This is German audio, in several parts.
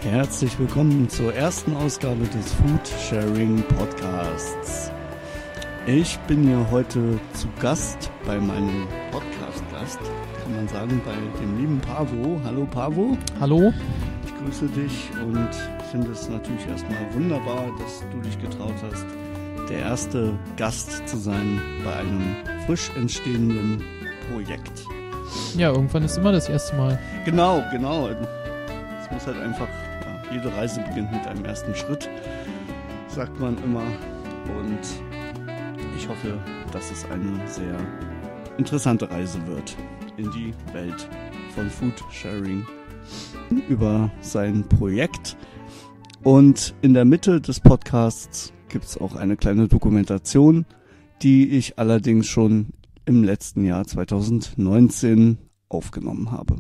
Herzlich willkommen zur ersten Ausgabe des Food Sharing Podcasts. Ich bin hier heute zu Gast bei meinem Podcast-Gast, kann man sagen, bei dem lieben Pavo. Hallo Pavo. Hallo. Ich grüße dich und finde es natürlich erstmal wunderbar, dass du dich getraut hast, der erste Gast zu sein bei einem frisch entstehenden Projekt. Ja, irgendwann ist immer das erste Mal. Genau. Es muss halt einfach, jede Reise beginnt mit einem ersten Schritt, sagt man immer. Und ich hoffe, dass es eine sehr interessante Reise wird in die Welt von Food Sharing über sein Projekt. Und in der Mitte des Podcasts gibt es auch eine kleine Dokumentation, die ich allerdings schon im letzten Jahr 2019 aufgenommen habe.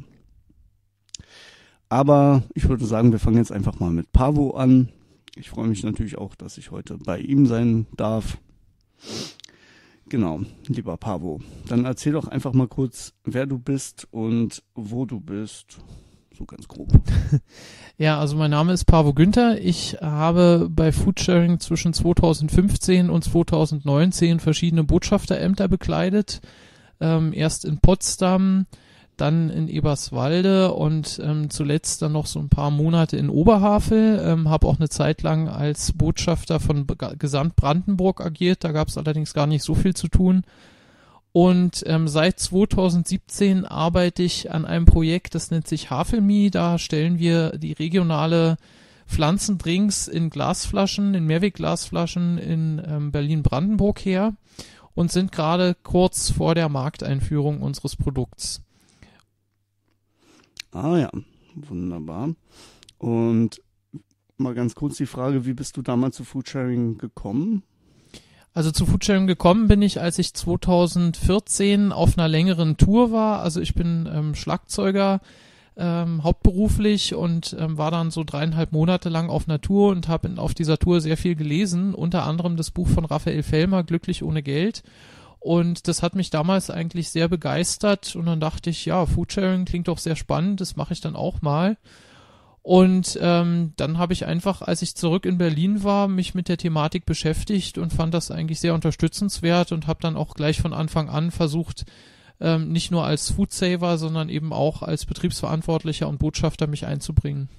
Aber ich würde sagen, wir fangen jetzt einfach mal mit Pavo an. Ich freue mich natürlich auch, dass ich heute bei ihm sein darf. Genau, lieber Pavo, dann erzähl doch einfach mal kurz, wer du bist und wo du bist. So ganz grob. Ja, also mein Name ist Pavo Günther. Ich habe bei Foodsharing zwischen 2015 und 2019 verschiedene Botschafterämter bekleidet. Erst in Potsdam, dann in Eberswalde und zuletzt dann noch so ein paar Monate in Oberhavel. Habe auch eine Zeit lang als Botschafter von Gesamtbrandenburg agiert. Da gab es allerdings gar nicht so viel zu tun. Und seit 2017 arbeite ich an einem Projekt, das nennt sich Havelme. Da stellen wir die regionale Pflanzendrinks in Glasflaschen, in Mehrwegglasflaschen in Berlin-Brandenburg her und sind gerade kurz vor der Markteinführung unseres Produkts. Ah ja, wunderbar. Und mal ganz kurz die Frage, wie bist du damals zu Foodsharing gekommen? Also zu Foodsharing gekommen bin ich, als ich 2014 auf einer längeren Tour war. Also ich bin Schlagzeuger hauptberuflich und war dann so 3,5 Monate lang auf einer Tour und habe auf dieser Tour sehr viel gelesen, unter anderem das Buch von Raphael Fellmer, Glücklich ohne Geld. Und das hat mich damals eigentlich sehr begeistert und dann dachte ich, ja, Foodsharing klingt doch sehr spannend, das mache ich dann auch mal. Und dann habe ich einfach, als ich zurück in Berlin war, mich mit der Thematik beschäftigt und fand das eigentlich sehr unterstützenswert und habe dann auch gleich von Anfang an versucht, nicht nur als Foodsaver, sondern eben auch als Betriebsverantwortlicher und Botschafter mich einzubringen.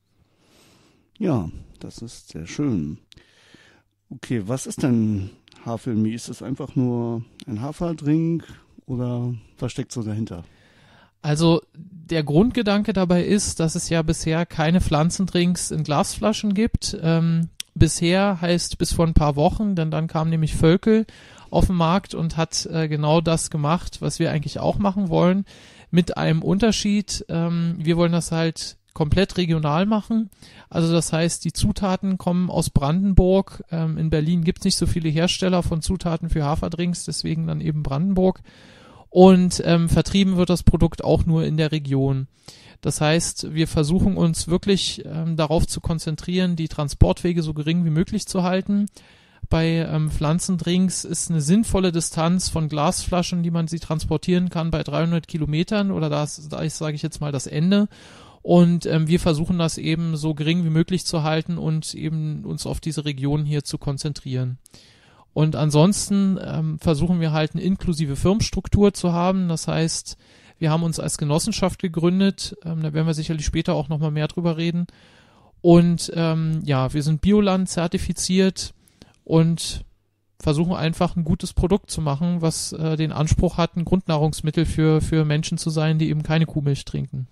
Ja, das ist sehr schön. Okay, was ist denn Havelme? Ist es einfach nur ein Haferdrink oder was steckt so dahinter? Also der Grundgedanke dabei ist, dass es ja bisher keine Pflanzendrinks in Glasflaschen gibt. Bisher heißt bis vor ein paar Wochen, denn dann kam nämlich Völkel auf den Markt und hat genau das gemacht, was wir eigentlich auch machen wollen, mit einem Unterschied. Wir wollen das halt komplett regional machen. Also das heißt, die Zutaten kommen aus Brandenburg. In Berlin gibt es nicht so viele Hersteller von Zutaten für Haferdrinks, deswegen dann eben Brandenburg. Und vertrieben wird das Produkt auch nur in der Region. Das heißt, wir versuchen uns wirklich darauf zu konzentrieren, die Transportwege so gering wie möglich zu halten. Bei Pflanzendrinks ist eine sinnvolle Distanz von Glasflaschen, die man sie transportieren kann, bei 300 Kilometern oder da sage ich jetzt mal das Ende. Und wir versuchen das eben so gering wie möglich zu halten und eben uns auf diese Region hier zu konzentrieren. Und ansonsten versuchen wir halt eine inklusive Firmenstruktur zu haben. Das heißt, wir haben uns als Genossenschaft gegründet. Da werden wir sicherlich später auch nochmal mehr drüber reden. Und wir sind Bioland zertifiziert und versuchen einfach ein gutes Produkt zu machen, was den Anspruch hat, ein Grundnahrungsmittel für Menschen zu sein, die eben keine Kuhmilch trinken.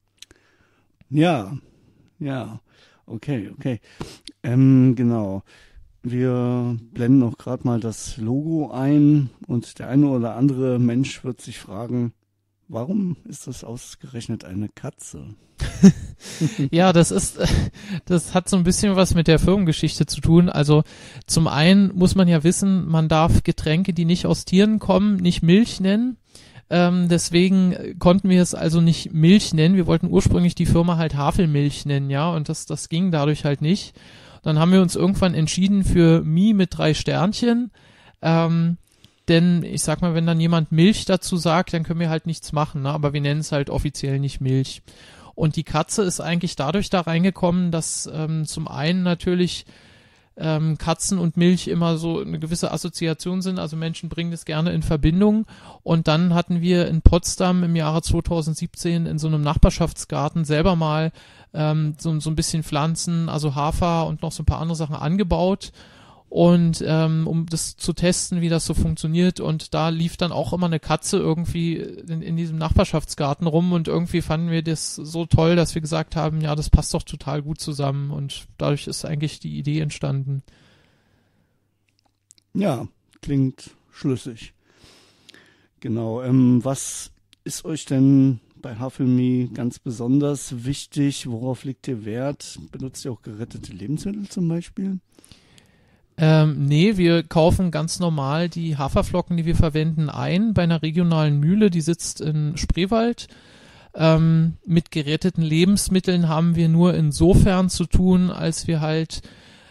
Ja, okay. Genau. Wir blenden auch gerade mal das Logo ein und der eine oder andere Mensch wird sich fragen, warum ist das ausgerechnet eine Katze? Ja, das hat so ein bisschen was mit der Firmengeschichte zu tun. Also zum einen muss man ja wissen, man darf Getränke, die nicht aus Tieren kommen, nicht Milch nennen. Deswegen konnten wir es also nicht Milch nennen. Wir wollten ursprünglich die Firma halt Havelmilch nennen, ja, und das ging dadurch halt nicht. Dann haben wir uns irgendwann entschieden für Mi mit 3 Sternchen, denn ich sag mal, wenn dann jemand Milch dazu sagt, dann können wir halt nichts machen, ne? Aber wir nennen es halt offiziell nicht Milch. Und die Katze ist eigentlich dadurch da reingekommen, dass zum einen natürlich Katzen und Milch immer so eine gewisse Assoziation sind, also Menschen bringen das gerne in Verbindung. Und dann hatten wir in Potsdam im Jahre 2017 in so einem Nachbarschaftsgarten selber mal so ein bisschen Pflanzen, also Hafer und noch so ein paar andere Sachen angebaut. Und um das zu testen, wie das so funktioniert, und da lief dann auch immer eine Katze irgendwie in diesem Nachbarschaftsgarten rum, und irgendwie fanden wir das so toll, dass wir gesagt haben, ja, das passt doch total gut zusammen, und dadurch ist eigentlich die Idee entstanden. Ja, klingt schlüssig. Genau, was ist euch denn bei Havelme ganz besonders wichtig? Worauf legt ihr Wert? Benutzt ihr auch gerettete Lebensmittel zum Beispiel? Nee, wir kaufen ganz normal die Haferflocken, die wir verwenden, ein bei einer regionalen Mühle, die sitzt in Spreewald. Mit geretteten Lebensmitteln haben wir nur insofern zu tun, als wir halt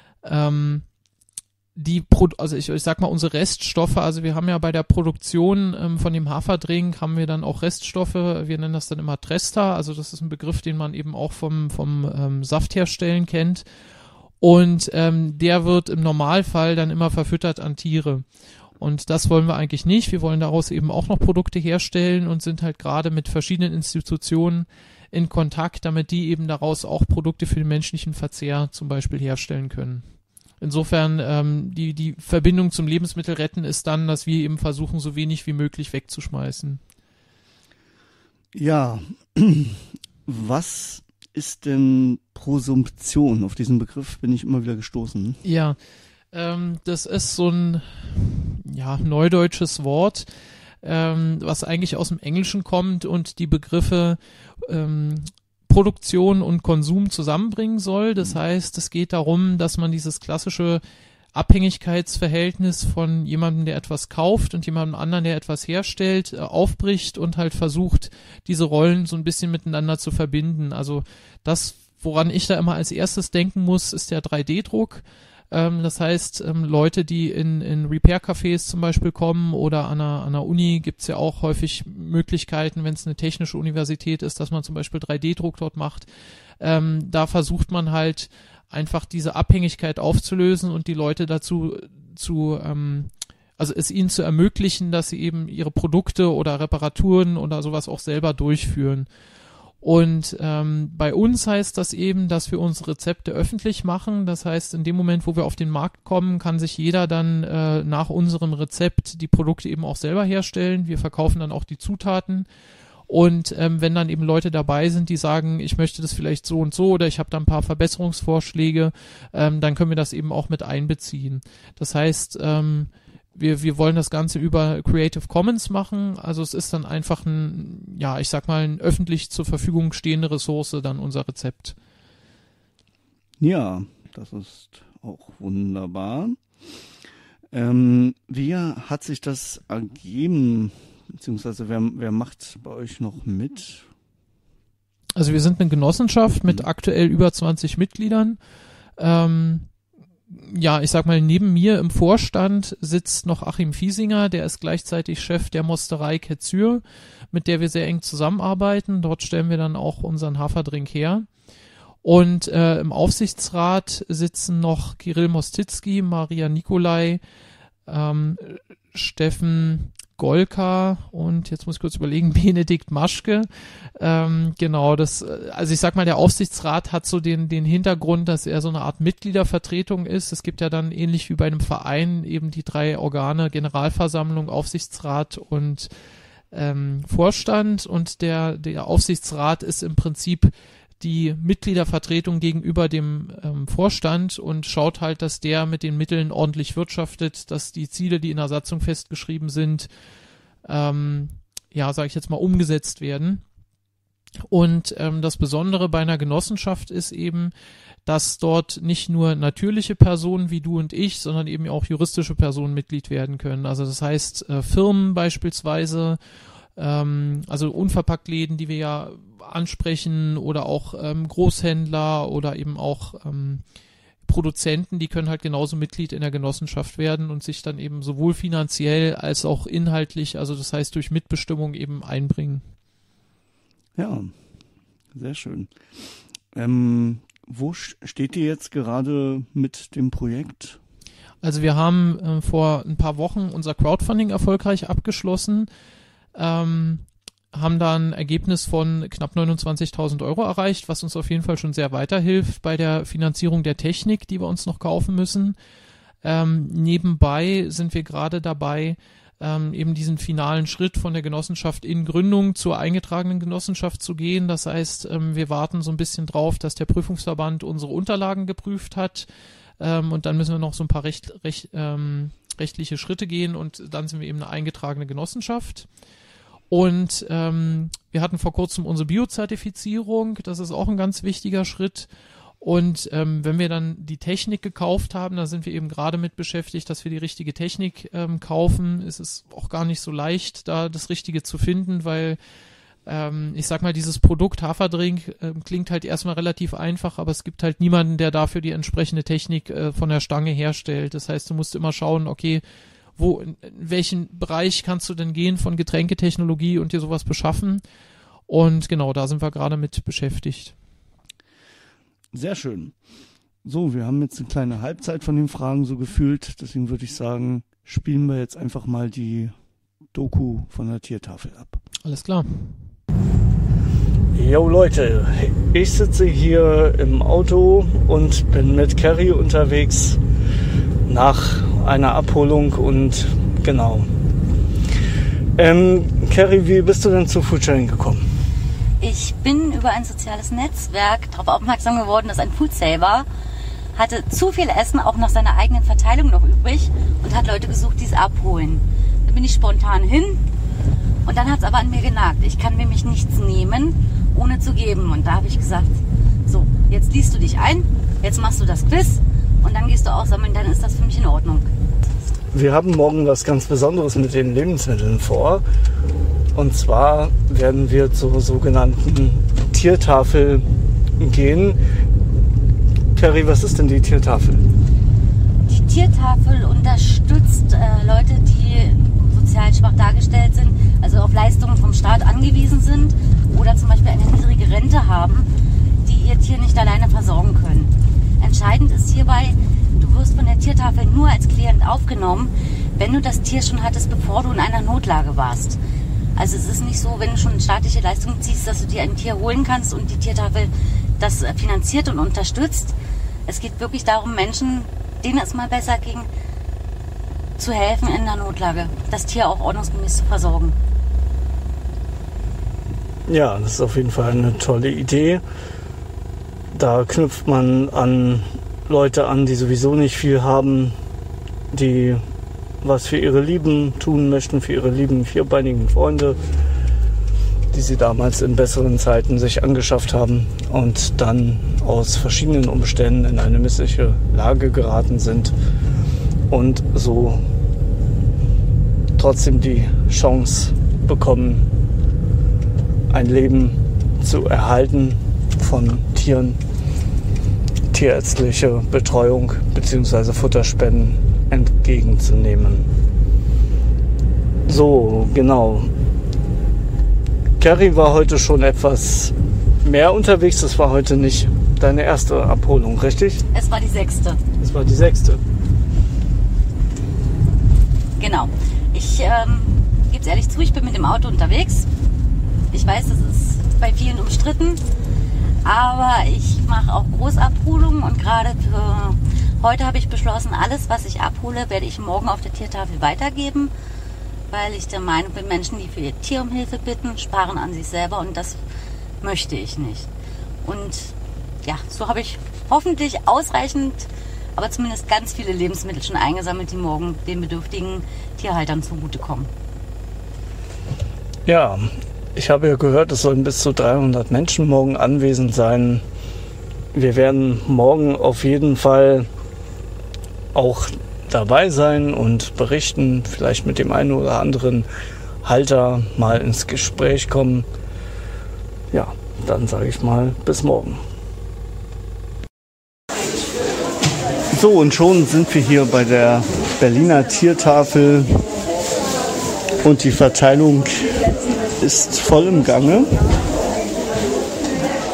ich sag mal, unsere Reststoffe, also wir haben ja bei der Produktion von dem Haferdrink haben wir dann auch Reststoffe, wir nennen das dann immer Trester, also das ist ein Begriff, den man eben auch vom Saftherstellen kennt. Und der wird im Normalfall dann immer verfüttert an Tiere. Und das wollen wir eigentlich nicht. Wir wollen daraus eben auch noch Produkte herstellen und sind halt gerade mit verschiedenen Institutionen in Kontakt, damit die eben daraus auch Produkte für den menschlichen Verzehr zum Beispiel herstellen können. Insofern die Verbindung zum Lebensmittelretten ist dann, dass wir eben versuchen, so wenig wie möglich wegzuschmeißen. Ja, was ist denn Prosumption? Auf diesen Begriff bin ich immer wieder gestoßen. Ja, das ist so ein neudeutsches Wort, was eigentlich aus dem Englischen kommt und die Begriffe Produktion und Konsum zusammenbringen soll. Das heißt, es geht darum, dass man dieses klassische Abhängigkeitsverhältnis von jemandem, der etwas kauft, und jemandem anderen, der etwas herstellt, aufbricht und halt versucht, diese Rollen so ein bisschen miteinander zu verbinden. Also das, woran ich da immer als erstes denken muss, ist der 3D-Druck. Das heißt, Leute, die in Repair-Cafés zum Beispiel kommen oder an einer Uni, gibt's ja auch häufig Möglichkeiten, wenn es eine technische Universität ist, dass man zum Beispiel 3D-Druck dort macht. Da versucht man halt einfach diese Abhängigkeit aufzulösen und die Leute dazu also es ihnen zu ermöglichen, dass sie eben ihre Produkte oder Reparaturen oder sowas auch selber durchführen. Und bei uns heißt das eben, dass wir unsere Rezepte öffentlich machen. Das heißt, in dem Moment, wo wir auf den Markt kommen, kann sich jeder dann nach unserem Rezept die Produkte eben auch selber herstellen. Wir verkaufen dann auch die Zutaten. Und wenn dann eben Leute dabei sind, die sagen, ich möchte das vielleicht so und so oder ich habe da ein paar Verbesserungsvorschläge, dann können wir das eben auch mit einbeziehen. Das heißt, wir wollen das Ganze über Creative Commons machen. Also es ist dann einfach ein öffentlich zur Verfügung stehende Ressource, dann unser Rezept. Ja, das ist auch wunderbar. Wie hat sich das ergeben? Beziehungsweise wer macht bei euch noch mit? Also wir sind eine Genossenschaft mit aktuell über 20 Mitgliedern. Ich sag mal, neben mir im Vorstand sitzt noch Achim Fiesinger, der ist gleichzeitig Chef der Mosterei Ketzür, mit der wir sehr eng zusammenarbeiten. Dort stellen wir dann auch unseren Haferdrink her. Und im Aufsichtsrat sitzen noch Kirill Mostitzky, Maria Nikolai, Steffen Golka und jetzt muss ich kurz überlegen, Benedikt Maschke. Also ich sag mal, der Aufsichtsrat hat so den Hintergrund, dass er so eine Art Mitgliedervertretung ist. Es gibt ja dann ähnlich wie bei einem Verein eben die 3 Organe, Generalversammlung, Aufsichtsrat und Vorstand, und der Aufsichtsrat ist im Prinzip die Mitgliedervertretung gegenüber dem Vorstand und schaut halt, dass der mit den Mitteln ordentlich wirtschaftet, dass die Ziele, die in der Satzung festgeschrieben sind, sage ich jetzt mal, umgesetzt werden. Und das Besondere bei einer Genossenschaft ist eben, dass dort nicht nur natürliche Personen wie du und ich, sondern eben auch juristische Personen Mitglied werden können. Also das heißt Firmen beispielsweise, also Unverpacktläden, die wir ja ansprechen, oder auch Großhändler oder eben auch Produzenten, die können halt genauso Mitglied in der Genossenschaft werden und sich dann eben sowohl finanziell als auch inhaltlich, also das heißt durch Mitbestimmung eben einbringen. Ja, Sehr schön. Wo steht ihr jetzt gerade mit dem Projekt? Also wir haben vor ein paar Wochen unser Crowdfunding erfolgreich abgeschlossen, haben da ein Ergebnis von knapp 29.000 Euro erreicht, was uns auf jeden Fall schon sehr weiterhilft bei der Finanzierung der Technik, die wir uns noch kaufen müssen. Nebenbei sind wir gerade dabei, eben diesen finalen Schritt von der Genossenschaft in Gründung zur eingetragenen Genossenschaft zu gehen. Das heißt, wir warten so ein bisschen drauf, dass der Prüfungsverband unsere Unterlagen geprüft hat, und dann müssen wir noch so ein paar rechtliche Schritte gehen und dann sind wir eben eine eingetragene Genossenschaft. Und wir hatten vor kurzem unsere Biozertifizierung, das ist auch ein ganz wichtiger Schritt. Und wenn wir dann die Technik gekauft haben, da sind wir eben gerade mit beschäftigt, dass wir die richtige Technik kaufen. Es ist auch gar nicht so leicht, da das Richtige zu finden, weil ich sag mal, dieses Produkt Haferdrink klingt halt erstmal relativ einfach, aber es gibt halt niemanden, der dafür die entsprechende Technik von der Stange herstellt. Das heißt, du musst immer schauen, okay, in welchen Bereich kannst du denn gehen von Getränketechnologie und dir sowas beschaffen? Und genau, da sind wir gerade mit beschäftigt. Sehr schön. So, wir haben jetzt eine kleine Halbzeit von den Fragen so gefühlt, deswegen würde ich sagen, spielen wir jetzt einfach mal die Doku von der Tiertafel ab. Alles klar. Jo Leute, ich sitze hier im Auto und bin mit Carrie unterwegs nach einer Abholung und genau. Carrie, wie bist du denn zu Foodsharing gekommen? Ich bin über ein soziales Netzwerk darauf aufmerksam geworden, dass ein Foodsaver hatte zu viel Essen auch nach seiner eigenen Verteilung noch übrig und hat Leute gesucht, die es abholen. Dann bin ich spontan hin und dann hat es aber an mir genagt. Ich kann nämlich nichts nehmen, ohne zu geben. Und da habe ich gesagt, so, jetzt liest du dich ein, jetzt machst du das Quiz und dann gehst du auch sammeln, dann ist das für mich in Ordnung. Wir haben morgen was ganz Besonderes mit den Lebensmitteln vor. Und zwar werden wir zur sogenannten Tiertafel gehen. Carrie, was ist denn die Tiertafel? Die Tiertafel unterstützt Leute, die sozial schwach dargestellt sind, also auf Leistungen vom Staat angewiesen sind oder zum Beispiel eine niedrige Rente haben, die ihr Tier nicht alleine versorgen können. Entscheidend ist hierbei, du wirst von der Tiertafel nur als Klient aufgenommen, wenn du das Tier schon hattest, bevor du in einer Notlage warst. Also es ist nicht so, wenn du schon staatliche Leistungen ziehst, dass du dir ein Tier holen kannst und die Tiertafel das finanziert und unterstützt. Es geht wirklich darum, Menschen, denen es mal besser ging, zu helfen in der Notlage, das Tier auch ordnungsgemäß zu versorgen. Ja, das ist auf jeden Fall eine tolle Idee. Da knüpft man an Leute an, die sowieso nicht viel haben, die was für ihre Lieben tun möchten, für ihre lieben vierbeinigen Freunde, die sie damals in besseren Zeiten sich angeschafft haben und dann aus verschiedenen Umständen in eine missliche Lage geraten sind und so trotzdem die Chance bekommen, ein Leben zu erhalten von Tieren, tierärztliche Betreuung bzw. Futterspenden entgegenzunehmen. So, genau. Carrie war heute schon etwas mehr unterwegs. Das war heute nicht deine erste Abholung, richtig? Es war die 6. Es war die 6. Genau. Ich gebe es ehrlich zu, ich bin mit dem Auto unterwegs. Ich weiß, das ist bei vielen umstritten, aber ich mache auch Großabholungen und gerade für heute habe ich beschlossen, alles, was ich abhole, werde ich morgen auf der Tiertafel weitergeben, weil ich der Meinung bin, Menschen, die für ihr Tier um Hilfe bitten, sparen an sich selber und das möchte ich nicht. Und ja, so habe ich hoffentlich ausreichend, aber zumindest ganz viele Lebensmittel schon eingesammelt, die morgen den bedürftigen Tierhaltern zugutekommen. Ja, ich habe ja gehört, es sollen bis zu 300 Menschen morgen anwesend sein. Wir werden morgen auf jeden Fall auch dabei sein und berichten, vielleicht mit dem einen oder anderen Halter mal ins Gespräch kommen. Ja, dann sage ich mal bis morgen. So, und schon sind wir hier bei der Berliner Tiertafel und die Verteilung ist voll im Gange.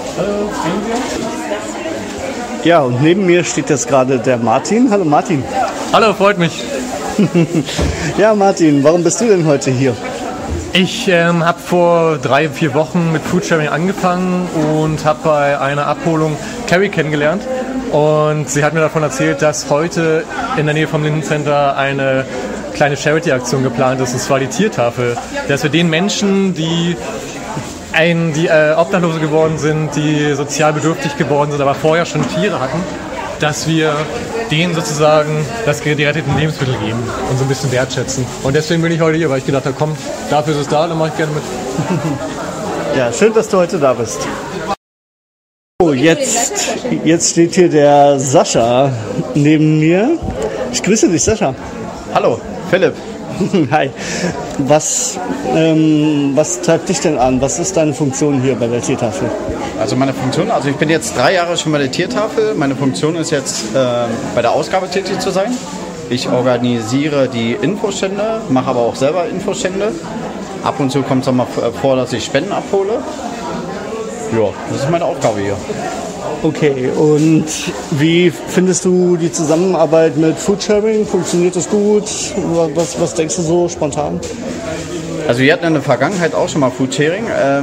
Ja, und neben mir steht jetzt gerade der Martin. Hallo Martin. Hallo, freut mich. Ja, Martin, warum bist du denn heute hier? Ich habe vor 3-4 Wochen mit Foodsharing angefangen und habe bei einer Abholung Carrie kennengelernt. Und sie hat mir davon erzählt, dass heute in der Nähe vom Lindencenter eine kleine Charity-Aktion geplant ist, und zwar die Tiertafel. Dass wir den Menschen, die Obdachlose geworden sind, die sozial bedürftig geworden sind, aber vorher schon Tiere hatten, dass wir denen sozusagen das geretteten Lebensmittel geben und so ein bisschen wertschätzen. Und deswegen bin ich heute hier, weil ich gedacht habe, komm, dafür ist es da, dann mache ich gerne mit. Ja, schön, dass du heute da bist. Oh, jetzt steht hier der Sascha neben mir. Ich grüße dich, Sascha. Hallo, Philipp. Hi. Was treibt dich denn an? Was ist deine Funktion hier bei der Tiertafel? Also meine Funktion, ich bin jetzt 3 Jahre schon bei der Tiertafel. Meine Funktion ist jetzt bei der Ausgabe tätig zu sein. Ich organisiere die Infostände, mache aber auch selber Infostände. Ab und zu kommt es auch mal vor, dass ich Spenden abhole. Ja, das ist meine Aufgabe hier. Okay, und wie findest du die Zusammenarbeit mit Foodsharing? Funktioniert das gut? Was denkst du so spontan? Also wir hatten in der Vergangenheit auch schon mal Foodsharing.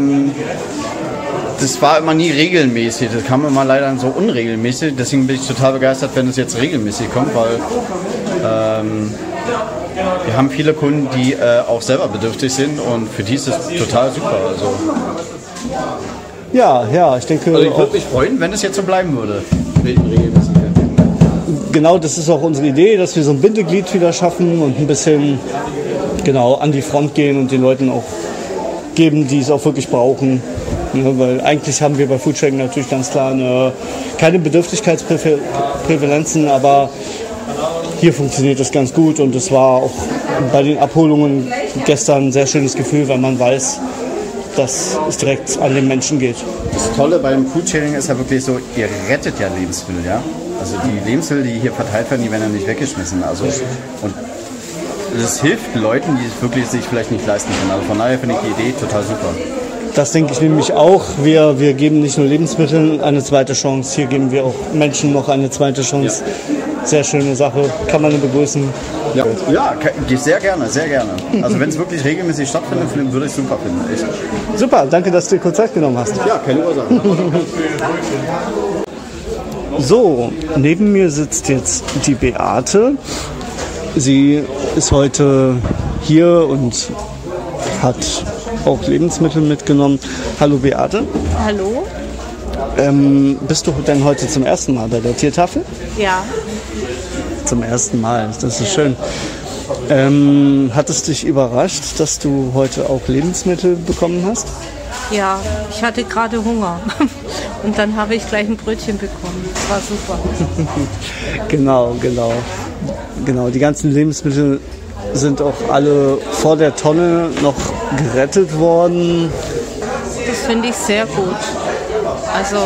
Das war immer nie regelmäßig, das kam immer leider so unregelmäßig. Deswegen bin ich total begeistert, wenn es jetzt regelmäßig kommt, weil wir haben viele Kunden, die auch selber bedürftig sind, und für die ist es total super. Also Ja, ich denke. Also ich würde mich freuen, wenn es jetzt so bleiben würde. Genau, das ist auch unsere Idee, dass wir so ein Bindeglied wieder schaffen und ein bisschen an die Front gehen und den Leuten auch geben, die es auch wirklich brauchen. Ja, weil eigentlich haben wir bei Foodsharing natürlich ganz klar keine Bedürftigkeitsprävalenzen, aber hier funktioniert das ganz gut, und es war auch bei den Abholungen gestern ein sehr schönes Gefühl, weil man weiß, dass es direkt an den Menschen geht. Das Tolle beim Foodsharing ist ja wirklich so, ihr rettet ja Lebensmittel, ja. Also die Lebensmittel, die hier verteilt werden, die werden ja nicht weggeschmissen. Also, und es hilft Leuten, die es wirklich sich vielleicht nicht leisten können. Also von daher finde ich die Idee total super. Das denke ich nämlich auch. Wir geben nicht nur Lebensmitteln eine zweite Chance, hier geben wir auch Menschen noch eine zweite Chance. Ja. Sehr schöne Sache, kann man nur begrüßen. Ja, sehr gerne, sehr gerne. Also wenn es wirklich regelmäßig stattfindet, würde ich es super finden. Echt. Super, danke, dass du dir kurz Zeit genommen hast. Ja, keine Ursache. So, neben mir sitzt jetzt die Beate. Sie ist heute hier und hat auch Lebensmittel mitgenommen. Hallo Beate. Hallo. Bist du denn heute zum ersten Mal bei der Tiertafel? Ja. Zum ersten Mal, das ist schön. Hat es dich überrascht, dass du heute auch Lebensmittel bekommen hast? Ja, ich hatte gerade Hunger und dann habe ich gleich ein Brötchen bekommen. Das war super. Genau. Die ganzen Lebensmittel sind auch alle vor der Tonne noch gerettet worden. Das finde ich sehr gut. Also,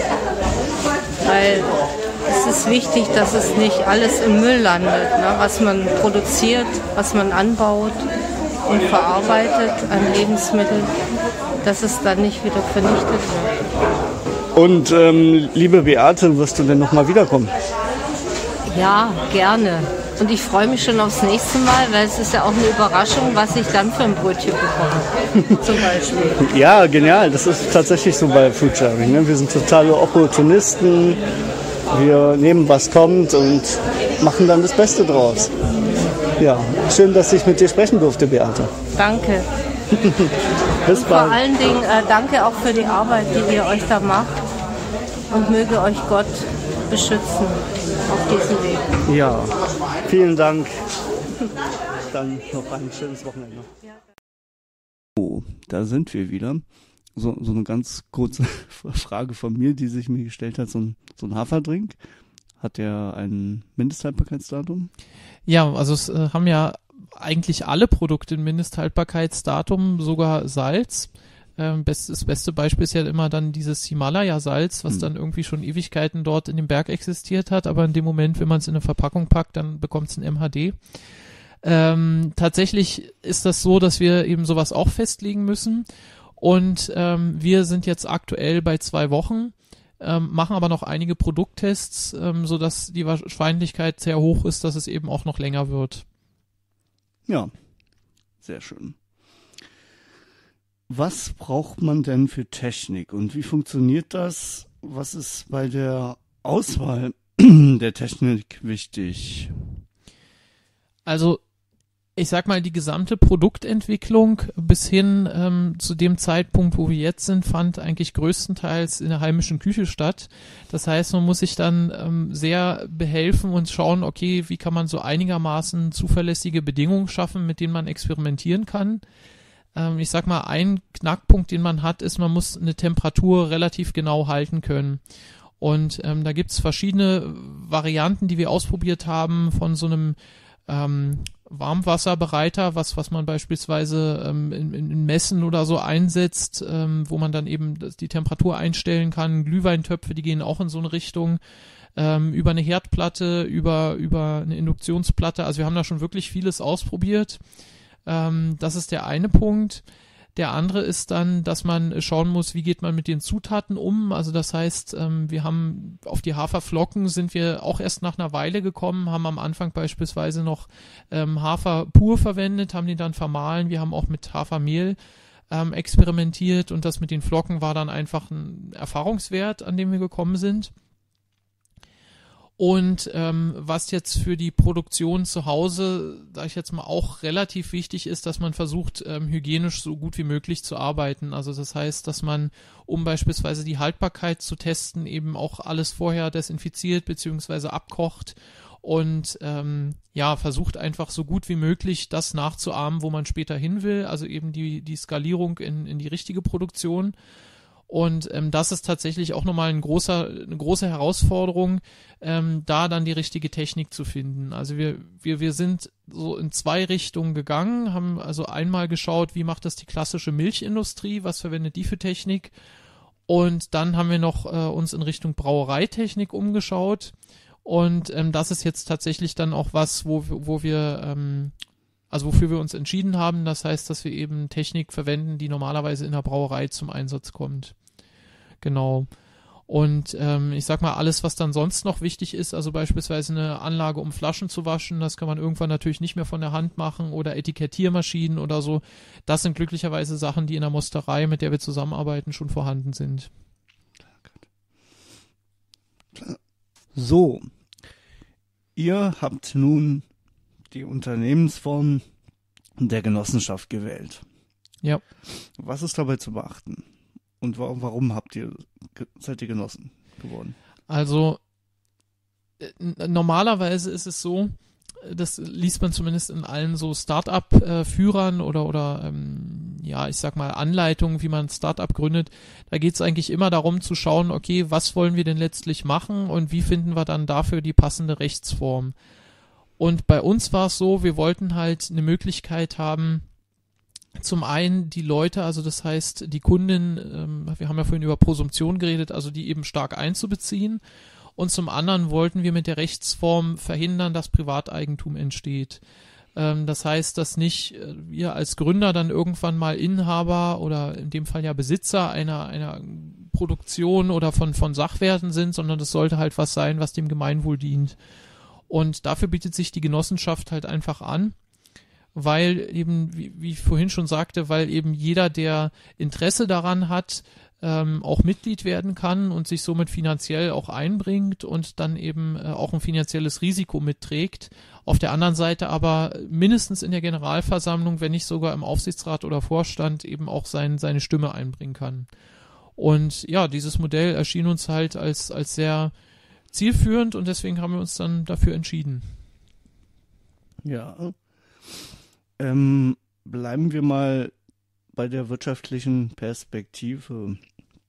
weil es ist wichtig, dass es nicht alles im Müll landet, ne? Was man produziert, was man anbaut und verarbeitet an Lebensmitteln, dass es dann nicht wieder vernichtet wird. Und liebe Beate, wirst du denn nochmal wiederkommen? Ja, gerne. Und ich freue mich schon aufs nächste Mal, weil es ist ja auch eine Überraschung, was ich dann für ein Brötchen bekomme. Zum Beispiel. Ja, genial. Das ist tatsächlich so bei Foodsharing. Ne? Wir sind totale Opportunisten. Wir nehmen, was kommt, und machen dann das Beste draus. Ja, schön, dass ich mit dir sprechen durfte, Beate. Danke. Bis bald. Vor allen Dingen danke auch für die Arbeit, die ihr euch da macht. Und möge euch Gott beschützen auf diesem Weg. Ja, vielen Dank. Dann noch ein schönes Wochenende. Oh, da sind wir wieder. So eine ganz kurze Frage von mir, die sich mir gestellt hat. So ein Haferdrink, hat der ein Mindesthaltbarkeitsdatum? Ja, also es haben ja eigentlich alle Produkte ein Mindesthaltbarkeitsdatum, sogar Salz. Das beste Beispiel ist ja immer dann dieses Himalaya-Salz, was dann irgendwie schon Ewigkeiten dort in dem Berg existiert hat, aber in dem Moment, wenn man es in eine Verpackung packt, dann bekommt es ein MHD. Tatsächlich ist das so, dass wir eben sowas auch festlegen müssen. Und wir sind jetzt aktuell bei 2 Wochen, machen aber noch einige Produkttests, sodass die Wahrscheinlichkeit sehr hoch ist, dass es eben auch noch länger wird. Ja, sehr schön. Was braucht man denn für Technik und wie funktioniert das? Was ist bei der Auswahl der Technik wichtig? Also ich sag mal, die gesamte Produktentwicklung bis hin zu dem Zeitpunkt, wo wir jetzt sind, fand eigentlich größtenteils in der heimischen Küche statt. Das heißt, man muss sich dann sehr behelfen und schauen, okay, wie kann man so einigermaßen zuverlässige Bedingungen schaffen, mit denen man experimentieren kann. Ich sag mal, ein Knackpunkt, den man hat, ist, man muss eine Temperatur relativ genau halten können. Und da gibt's verschiedene Varianten, die wir ausprobiert haben, von so einem Warmwasserbereiter, was man beispielsweise in Messen oder so einsetzt, wo man dann eben die Temperatur einstellen kann. Glühweintöpfe, die gehen auch in so eine Richtung, über eine Herdplatte, über eine Induktionsplatte. Also wir haben da schon wirklich vieles ausprobiert. Das ist der eine Punkt. Der andere ist dann, dass man schauen muss, wie geht man mit den Zutaten um. Also das heißt, wir haben auf die Haferflocken sind wir auch erst nach einer Weile gekommen, haben am Anfang beispielsweise noch Hafer pur verwendet, haben die dann vermahlen. Wir haben auch mit Hafermehl experimentiert und das mit den Flocken war dann einfach ein Erfahrungswert, an dem wir gekommen sind. Und was jetzt für die Produktion zu Hause, sage ich jetzt mal, auch relativ wichtig ist, dass man versucht, hygienisch so gut wie möglich zu arbeiten. Also das heißt, dass man, um beispielsweise die Haltbarkeit zu testen, eben auch alles vorher desinfiziert bzw. abkocht und versucht einfach so gut wie möglich das nachzuahmen, wo man später hin will. Also eben die Skalierung in die richtige Produktion. Und das ist tatsächlich auch nochmal eine große Herausforderung, da dann die richtige Technik zu finden. Also wir sind so in 2 Richtungen gegangen, haben also einmal geschaut, wie macht das die klassische Milchindustrie, was verwendet die für Technik, und dann haben wir noch uns in Richtung Brauereitechnik umgeschaut, und das ist jetzt tatsächlich dann auch was, wofür wir uns entschieden haben. Das heißt, dass wir eben Technik verwenden, die normalerweise in der Brauerei zum Einsatz kommt. Genau. Und ich sag mal, alles, was dann sonst noch wichtig ist, also beispielsweise eine Anlage, um Flaschen zu waschen, das kann man irgendwann natürlich nicht mehr von der Hand machen, oder Etikettiermaschinen oder so. Das sind glücklicherweise Sachen, die in der Mosterei, mit der wir zusammenarbeiten, schon vorhanden sind. So, ihr habt nun die Unternehmensform der Genossenschaft gewählt. Ja. Was ist dabei zu beachten? Und warum seid ihr Genossen geworden? Also normalerweise ist es so, das liest man zumindest in allen so Start-up-Führern oder ich sag mal Anleitungen, wie man ein Start-up gründet. Da geht es eigentlich immer darum zu schauen, okay, was wollen wir denn letztlich machen und wie finden wir dann dafür die passende Rechtsform? Und bei uns war es so, wir wollten halt eine Möglichkeit haben, zum einen die Leute, also das heißt die Kunden, wir haben ja vorhin über Prosumption geredet, also die eben stark einzubeziehen, und zum anderen wollten wir mit der Rechtsform verhindern, dass Privateigentum entsteht. Das heißt, dass nicht wir als Gründer dann irgendwann mal Inhaber oder in dem Fall ja Besitzer einer Produktion oder von Sachwerten sind, sondern das sollte halt was sein, was dem Gemeinwohl dient. Und dafür bietet sich die Genossenschaft halt einfach an, weil eben, wie ich vorhin schon sagte, weil eben jeder, der Interesse daran hat, auch Mitglied werden kann und sich somit finanziell auch einbringt und dann eben auch ein finanzielles Risiko mitträgt. Auf der anderen Seite aber mindestens in der Generalversammlung, wenn nicht sogar im Aufsichtsrat oder Vorstand, eben auch seine Stimme einbringen kann. Und ja, dieses Modell erschien uns halt als sehr zielführend, und deswegen haben wir uns dann dafür entschieden. Ja. Bleiben wir mal bei der wirtschaftlichen Perspektive.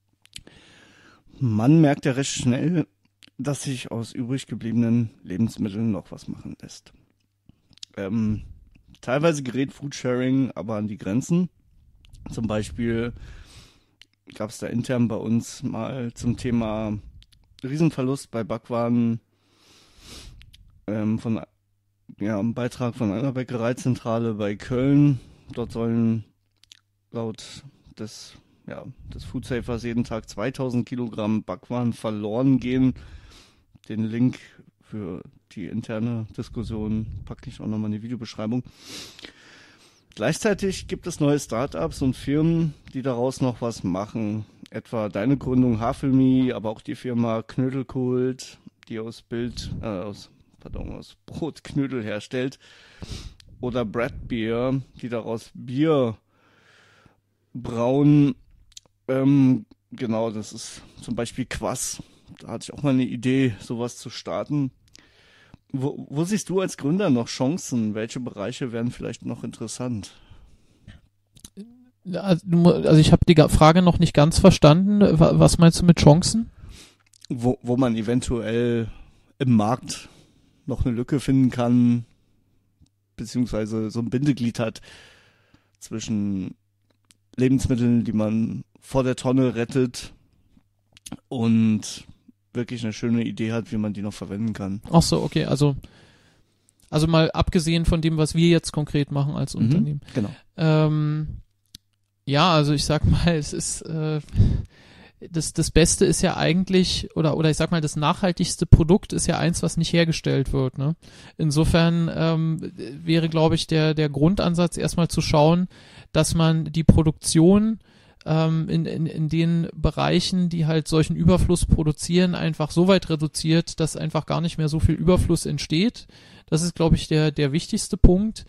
Man merkt ja recht schnell, dass sich aus übrig gebliebenen Lebensmitteln noch was machen lässt. Teilweise gerät Foodsharing aber an die Grenzen. Zum Beispiel gab es da intern bei uns mal zum Thema Riesenverlust bei Backwaren ein Beitrag von einer Bäckereizentrale bei Köln. Dort sollen laut des Food Safers jeden Tag 2000 Kilogramm Backwaren verloren gehen. Den Link für die interne Diskussion packe ich auch nochmal in die Videobeschreibung. Gleichzeitig gibt es neue Startups und Firmen, die daraus noch was machen. Etwa deine Gründung Havelme, aber auch die Firma Knödelkult, die aus Brotknödel herstellt. Oder Bread Beer, die daraus Bier brauen. Genau, das ist zum Beispiel Kvass. Da hatte ich auch mal eine Idee, sowas zu starten. Wo siehst du als Gründer noch Chancen? Welche Bereiche wären vielleicht noch interessant? Also ich habe die Frage noch nicht ganz verstanden. Was meinst du mit Chancen? Wo man eventuell im Markt noch eine Lücke finden kann, beziehungsweise so ein Bindeglied hat zwischen Lebensmitteln, die man vor der Tonne rettet und wirklich eine schöne Idee hat, wie man die noch verwenden kann. Ach so, okay, also mal abgesehen von dem, was wir jetzt konkret machen als Unternehmen. Genau. Ja, also ich sag mal, es ist das Beste ist ja eigentlich, oder ich sag mal, das nachhaltigste Produkt ist ja eins, was nicht hergestellt wird, ne? Insofern wäre, glaube ich, der Grundansatz erstmal zu schauen, dass man die Produktion in den Bereichen, die halt solchen Überfluss produzieren, einfach so weit reduziert, dass einfach gar nicht mehr so viel Überfluss entsteht. Das ist, glaube ich, der wichtigste Punkt.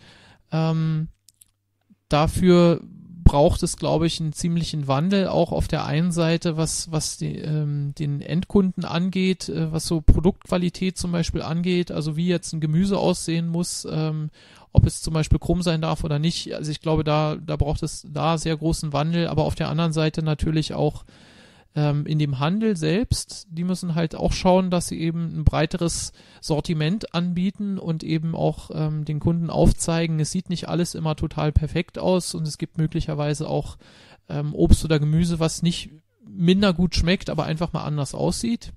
Dafür braucht es, glaube ich, einen ziemlichen Wandel, auch auf der einen Seite, was den Endkunden angeht, was so Produktqualität zum Beispiel angeht, also wie jetzt ein Gemüse aussehen muss, ob es zum Beispiel krumm sein darf oder nicht. Also ich glaube, da braucht es da sehr großen Wandel, aber auf der anderen Seite natürlich auch in dem Handel selbst. Die müssen halt auch schauen, dass sie eben ein breiteres Sortiment anbieten und eben auch den Kunden aufzeigen, es sieht nicht alles immer total perfekt aus und es gibt möglicherweise auch Obst oder Gemüse, was nicht minder gut schmeckt, aber einfach mal anders aussieht.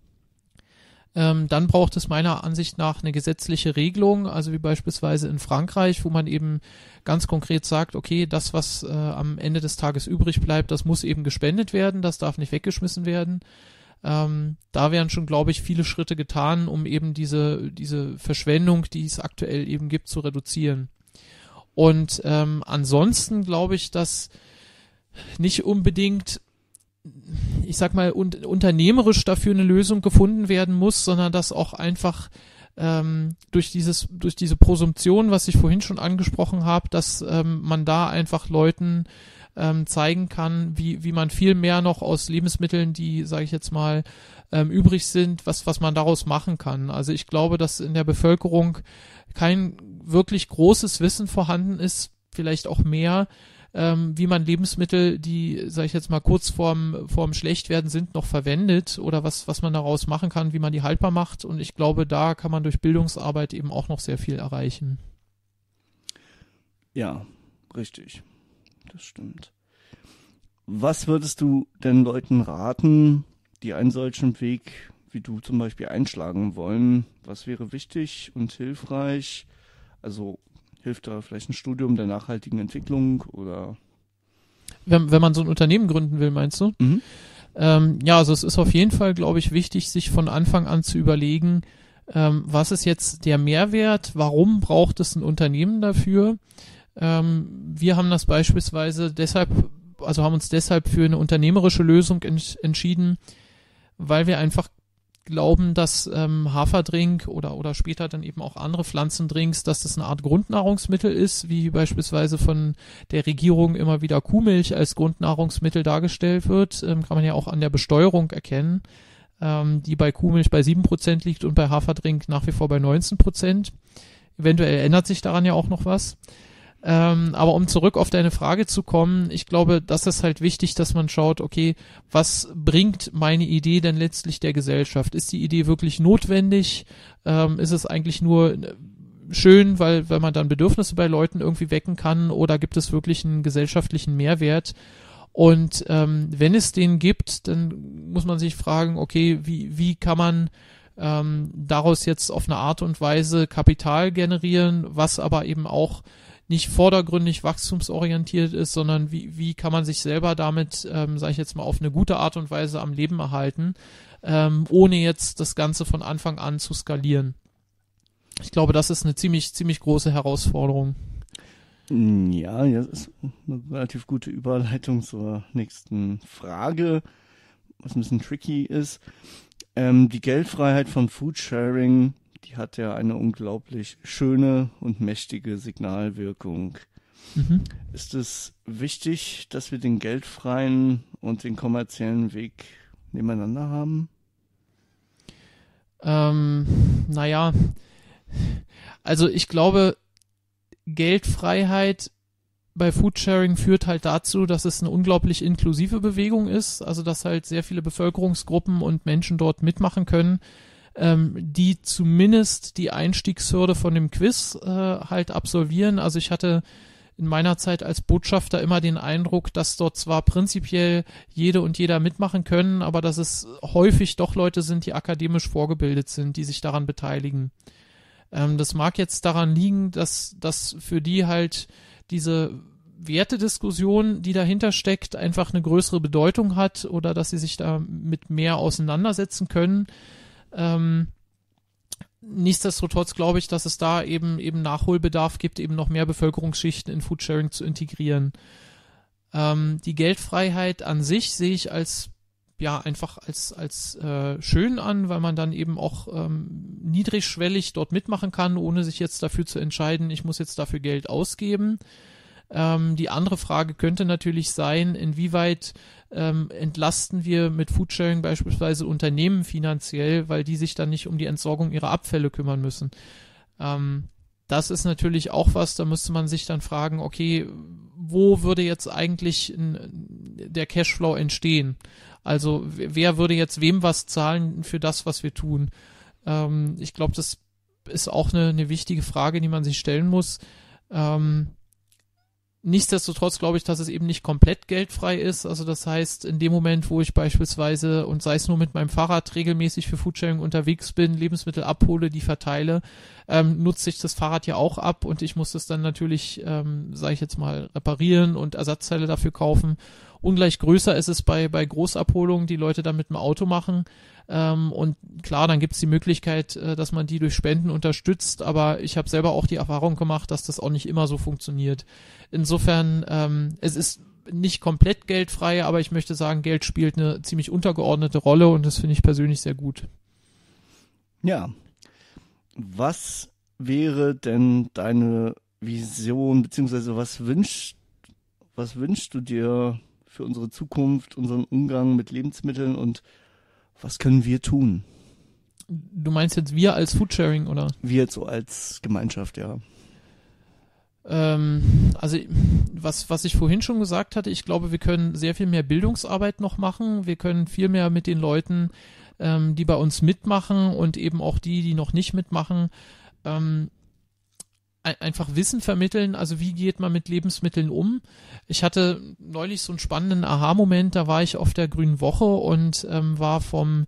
Dann braucht es meiner Ansicht nach eine gesetzliche Regelung, also wie beispielsweise in Frankreich, wo man eben ganz konkret sagt, okay, das, was am Ende des Tages übrig bleibt, das muss eben gespendet werden, das darf nicht weggeschmissen werden. Da wären schon, glaube ich, viele Schritte getan, um eben diese Verschwendung, die es aktuell eben gibt, zu reduzieren. Und ansonsten glaube ich, dass nicht unbedingt, ich sag mal, unternehmerisch dafür eine Lösung gefunden werden muss, sondern dass auch einfach durch diese Präsumption, was ich vorhin schon angesprochen habe, dass man da einfach Leuten zeigen kann, wie man viel mehr noch aus Lebensmitteln, die, sage ich jetzt mal, übrig sind, was man daraus machen kann. Also ich glaube, dass in der Bevölkerung kein wirklich großes Wissen vorhanden ist, vielleicht auch mehr, wie man Lebensmittel, die, sage ich jetzt mal, kurz vorm Schlechtwerden sind, noch verwendet oder was man daraus machen kann, wie man die haltbar macht. Und ich glaube, da kann man durch Bildungsarbeit eben auch noch sehr viel erreichen. Ja, richtig. Das stimmt. Was würdest du denn Leuten raten, die einen solchen Weg wie du zum Beispiel einschlagen wollen? Was wäre wichtig und hilfreich? Also hilft da vielleicht ein Studium der nachhaltigen Entwicklung oder? Wenn man so ein Unternehmen gründen will, meinst du? Mhm. Ja, also es ist auf jeden Fall, glaube ich, wichtig, sich von Anfang an zu überlegen, was ist jetzt der Mehrwert? Warum braucht es ein Unternehmen dafür? Wir haben das beispielsweise haben uns deshalb für eine unternehmerische Lösung entschieden, weil wir einfach glauben, dass Haferdrink oder später dann eben auch andere Pflanzendrinks, dass das eine Art Grundnahrungsmittel ist, wie beispielsweise von der Regierung immer wieder Kuhmilch als Grundnahrungsmittel dargestellt wird, kann man ja auch an der Besteuerung erkennen, die bei Kuhmilch bei 7% liegt und bei Haferdrink nach wie vor bei 19%. Eventuell ändert sich daran ja auch noch was. Aber um zurück auf deine Frage zu kommen, ich glaube, das ist halt wichtig, dass man schaut, okay, was bringt meine Idee denn letztlich der Gesellschaft? Ist die Idee wirklich notwendig? Ist es eigentlich nur schön, weil man dann Bedürfnisse bei Leuten irgendwie wecken kann, oder gibt es wirklich einen gesellschaftlichen Mehrwert? Und wenn es den gibt, dann muss man sich fragen, okay, wie kann man daraus jetzt auf eine Art und Weise Kapital generieren, was aber eben auch nicht vordergründig wachstumsorientiert ist, sondern wie kann man sich selber damit, sage ich jetzt mal, auf eine gute Art und Weise am Leben erhalten, ohne jetzt das Ganze von Anfang an zu skalieren. Ich glaube, das ist eine ziemlich große Herausforderung. Ja, das ist eine relativ gute Überleitung zur nächsten Frage, was ein bisschen tricky ist. Die Geldfreiheit von Foodsharing, die hat ja eine unglaublich schöne und mächtige Signalwirkung. Mhm. Ist es wichtig, dass wir den geldfreien und den kommerziellen Weg nebeneinander haben? Naja, also ich glaube, Geldfreiheit bei Foodsharing führt halt dazu, dass es eine unglaublich inklusive Bewegung ist, also dass halt sehr viele Bevölkerungsgruppen und Menschen dort mitmachen können, die zumindest die Einstiegshürde von dem Quiz halt absolvieren. Also ich hatte in meiner Zeit als Botschafter immer den Eindruck, dass dort zwar prinzipiell jede und jeder mitmachen können, aber dass es häufig doch Leute sind, die akademisch vorgebildet sind, die sich daran beteiligen. Das mag jetzt daran liegen, dass für die halt diese Wertediskussion, die dahinter steckt, einfach eine größere Bedeutung hat oder dass sie sich da mit mehr auseinandersetzen können. Nichtsdestotrotz glaube ich, dass es da eben Nachholbedarf gibt, eben noch mehr Bevölkerungsschichten in Foodsharing zu integrieren. Die Geldfreiheit an sich sehe ich einfach als schön an, weil man dann eben auch niedrigschwellig dort mitmachen kann, ohne sich jetzt dafür zu entscheiden, ich muss jetzt dafür Geld ausgeben. Die andere Frage könnte natürlich sein, inwieweit entlasten wir mit Foodsharing beispielsweise Unternehmen finanziell, weil die sich dann nicht um die Entsorgung ihrer Abfälle kümmern müssen. Das ist natürlich auch was, da müsste man sich dann fragen, okay, wo würde jetzt eigentlich der Cashflow entstehen? Also wer würde jetzt wem was zahlen für das, was wir tun? Ich glaube, das ist auch eine wichtige Frage, die man sich stellen muss. Nichtsdestotrotz glaube ich, dass es eben nicht komplett geldfrei ist. Also das heißt, in dem Moment, wo ich beispielsweise, und sei es nur mit meinem Fahrrad regelmäßig für Foodsharing unterwegs bin, Lebensmittel abhole, die verteile, nutze ich das Fahrrad ja auch ab und ich muss das dann natürlich, sage ich jetzt mal, reparieren und Ersatzteile dafür kaufen. Ungleich größer ist es bei Großabholungen, die Leute dann mit dem Auto machen. Und klar, dann gibt es die Möglichkeit, dass man die durch Spenden unterstützt, aber ich habe selber auch die Erfahrung gemacht, dass das auch nicht immer so funktioniert. Insofern, es ist nicht komplett geldfrei, aber ich möchte sagen, Geld spielt eine ziemlich untergeordnete Rolle und das finde ich persönlich sehr gut. Ja, was wäre denn deine Vision, beziehungsweise was wünschst du dir für unsere Zukunft, unseren Umgang mit Lebensmitteln und was können wir tun? Du meinst jetzt wir als Foodsharing, oder? Wir jetzt so als Gemeinschaft, ja. Also was ich vorhin schon gesagt hatte, ich glaube, wir können sehr viel mehr Bildungsarbeit noch machen. Wir können viel mehr mit den Leuten, die bei uns mitmachen und eben auch die noch nicht mitmachen, einfach Wissen vermitteln, also wie geht man mit Lebensmitteln um. Ich hatte neulich so einen spannenden Aha-Moment, da war ich auf der Grünen Woche und war vom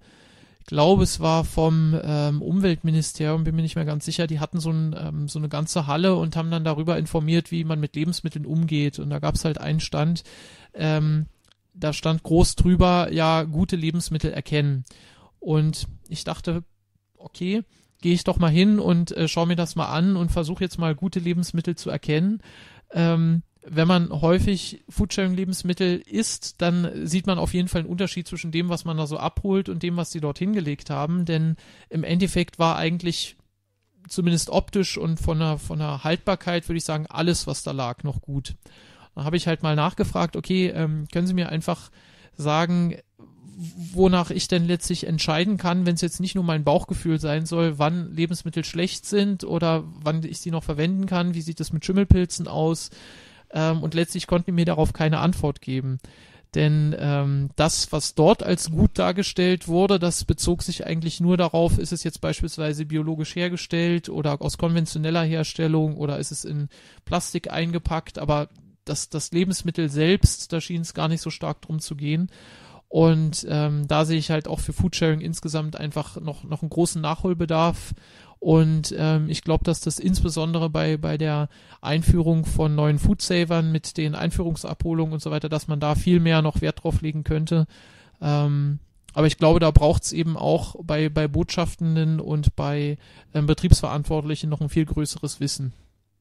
Umweltministerium, bin mir nicht mehr ganz sicher, die hatten so eine ganze Halle und haben dann darüber informiert, wie man mit Lebensmitteln umgeht. Und da gab es halt einen Stand, da stand groß drüber, ja, gute Lebensmittel erkennen. Und ich dachte, okay, gehe ich doch mal hin und schaue mir das mal an und versuche jetzt mal gute Lebensmittel zu erkennen. Wenn man häufig Foodsharing-Lebensmittel isst, dann sieht man auf jeden Fall einen Unterschied zwischen dem, was man da so abholt und dem, was die dort hingelegt haben, denn im Endeffekt war eigentlich zumindest optisch und von der Haltbarkeit, würde ich sagen, alles, was da lag, noch gut. Da habe ich halt mal nachgefragt, okay, können Sie mir einfach sagen, wonach ich denn letztlich entscheiden kann, wenn es jetzt nicht nur mein Bauchgefühl sein soll, wann Lebensmittel schlecht sind oder wann ich sie noch verwenden kann, wie sieht es mit Schimmelpilzen aus, und letztlich konnten die mir darauf keine Antwort geben. Denn das, was dort als gut dargestellt wurde, das bezog sich eigentlich nur darauf, ist es jetzt beispielsweise biologisch hergestellt oder aus konventioneller Herstellung oder ist es in Plastik eingepackt, aber das Lebensmittel selbst, da schien es gar nicht so stark drum zu gehen. Und da sehe ich halt auch für Foodsharing insgesamt einfach noch einen großen Nachholbedarf. Und ich glaube, dass das insbesondere bei der Einführung von neuen Foodsavern mit den Einführungsabholungen und so weiter, dass man da viel mehr noch Wert drauf legen könnte. Aber ich glaube, da braucht es eben auch bei Botschaftenden und bei Betriebsverantwortlichen noch ein viel größeres Wissen.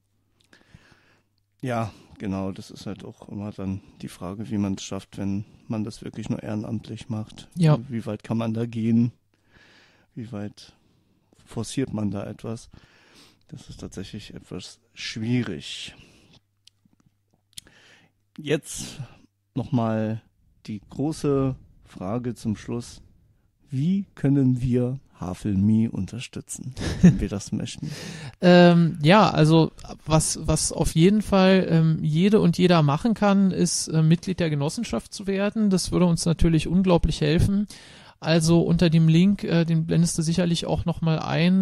Ja, genau, das ist halt auch immer dann die Frage, wie man es schafft, wenn man das wirklich nur ehrenamtlich macht. Ja. Wie weit kann man da gehen? Wie weit forciert man da etwas? Das ist tatsächlich etwas schwierig. Jetzt nochmal die große Frage zum Schluss. Wie können wir Havel.me unterstützen, wenn wir das möchten? Ja, also was auf jeden Fall jede und jeder machen kann, ist Mitglied der Genossenschaft zu werden. Das würde uns natürlich unglaublich helfen. Also unter dem Link, den blendest du sicherlich auch nochmal ein,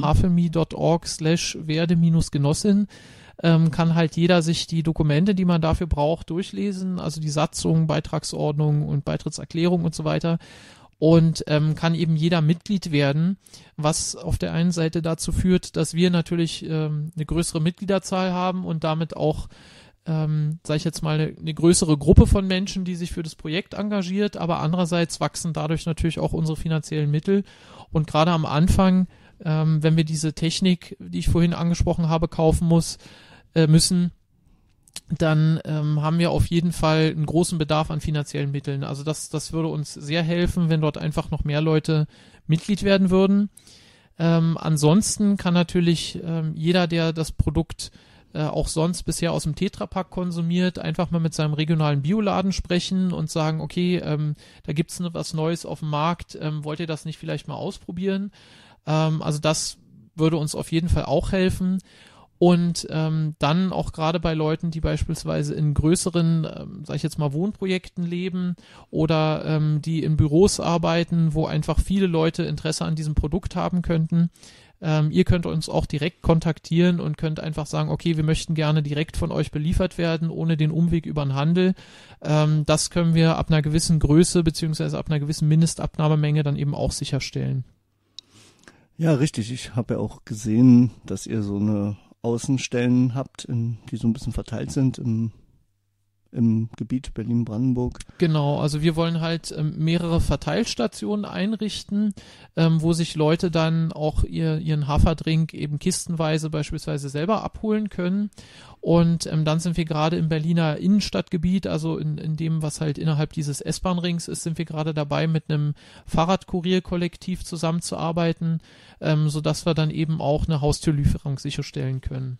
havel.me.org/werde-Genossin, kann halt jeder sich die Dokumente, die man dafür braucht, durchlesen, also die Satzung, Beitragsordnung und Beitrittserklärung und so weiter. Und kann eben jeder Mitglied werden, was auf der einen Seite dazu führt, dass wir natürlich eine größere Mitgliederzahl haben und damit auch, sage ich jetzt mal, eine größere Gruppe von Menschen, die sich für das Projekt engagiert, aber andererseits wachsen dadurch natürlich auch unsere finanziellen Mittel. Und gerade am Anfang, wenn wir diese Technik, die ich vorhin angesprochen habe, kaufen müssen, dann haben wir auf jeden Fall einen großen Bedarf an finanziellen Mitteln. Also das würde uns sehr helfen, wenn dort einfach noch mehr Leute Mitglied werden würden. Ansonsten kann natürlich jeder, der das Produkt auch sonst bisher aus dem Tetrapack konsumiert, einfach mal mit seinem regionalen Bioladen sprechen und sagen, okay, da gibt's was Neues auf dem Markt, wollt ihr das nicht vielleicht mal ausprobieren? Also das würde uns auf jeden Fall auch helfen. Und dann auch gerade bei Leuten, die beispielsweise in größeren, sag ich jetzt mal, Wohnprojekten leben oder die in Büros arbeiten, wo einfach viele Leute Interesse an diesem Produkt haben könnten. Ihr könnt uns auch direkt kontaktieren und könnt einfach sagen, okay, wir möchten gerne direkt von euch beliefert werden, ohne den Umweg über den Handel. Das können wir ab einer gewissen Größe beziehungsweise ab einer gewissen Mindestabnahmemenge dann eben auch sicherstellen. Ja, richtig. Ich habe ja auch gesehen, dass ihr so eine Außenstellen habt, die so ein bisschen verteilt sind im Gebiet Berlin-Brandenburg. Genau, also wir wollen halt mehrere Verteilstationen einrichten, wo sich Leute dann auch ihren Haferdrink eben kistenweise beispielsweise selber abholen können. Und dann sind wir gerade im Berliner Innenstadtgebiet, also in dem, was halt innerhalb dieses S-Bahn-Rings ist, sind wir gerade dabei, mit einem Fahrradkurierkollektiv zusammenzuarbeiten, sodass wir dann eben auch eine Haustürlieferung sicherstellen können.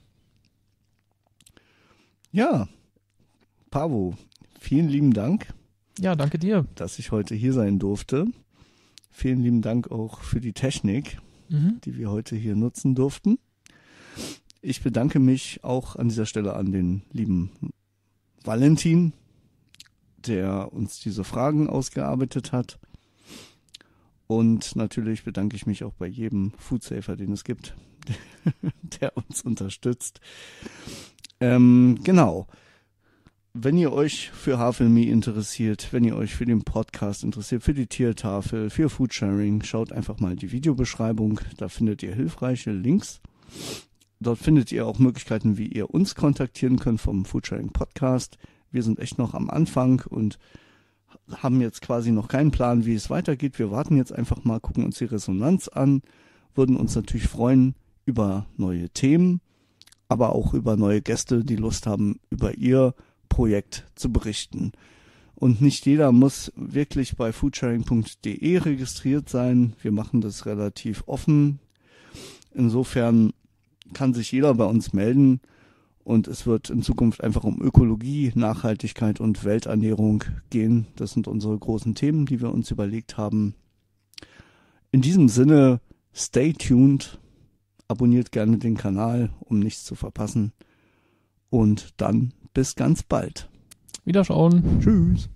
Ja, Paavo, vielen lieben Dank. Ja, danke dir. Dass ich heute hier sein durfte. Vielen lieben Dank auch für die Technik, die wir heute hier nutzen durften. Ich bedanke mich auch an dieser Stelle an den lieben Valentin, der uns diese Fragen ausgearbeitet hat. Und natürlich bedanke ich mich auch bei jedem Foodsaver, den es gibt, der uns unterstützt. Genau. Wenn ihr euch für Havel.me interessiert, wenn ihr euch für den Podcast interessiert, für die Tiertafel, für Foodsharing, schaut einfach mal in die Videobeschreibung. Da findet ihr hilfreiche Links. Dort findet ihr auch Möglichkeiten, wie ihr uns kontaktieren könnt vom Foodsharing Podcast. Wir sind echt noch am Anfang und haben jetzt quasi noch keinen Plan, wie es weitergeht. Wir warten jetzt einfach mal, gucken uns die Resonanz an, würden uns natürlich freuen über neue Themen, aber auch über neue Gäste, die Lust haben, über ihr Projekt zu berichten. Und nicht jeder muss wirklich bei foodsharing.de registriert sein. Wir machen das relativ offen. Insofern kann sich jeder bei uns melden und es wird in Zukunft einfach um Ökologie, Nachhaltigkeit und Welternährung gehen. Das sind unsere großen Themen, die wir uns überlegt haben. In diesem Sinne, stay tuned, abonniert gerne den Kanal, um nichts zu verpassen und dann bis ganz bald. Wiederschauen. Tschüss.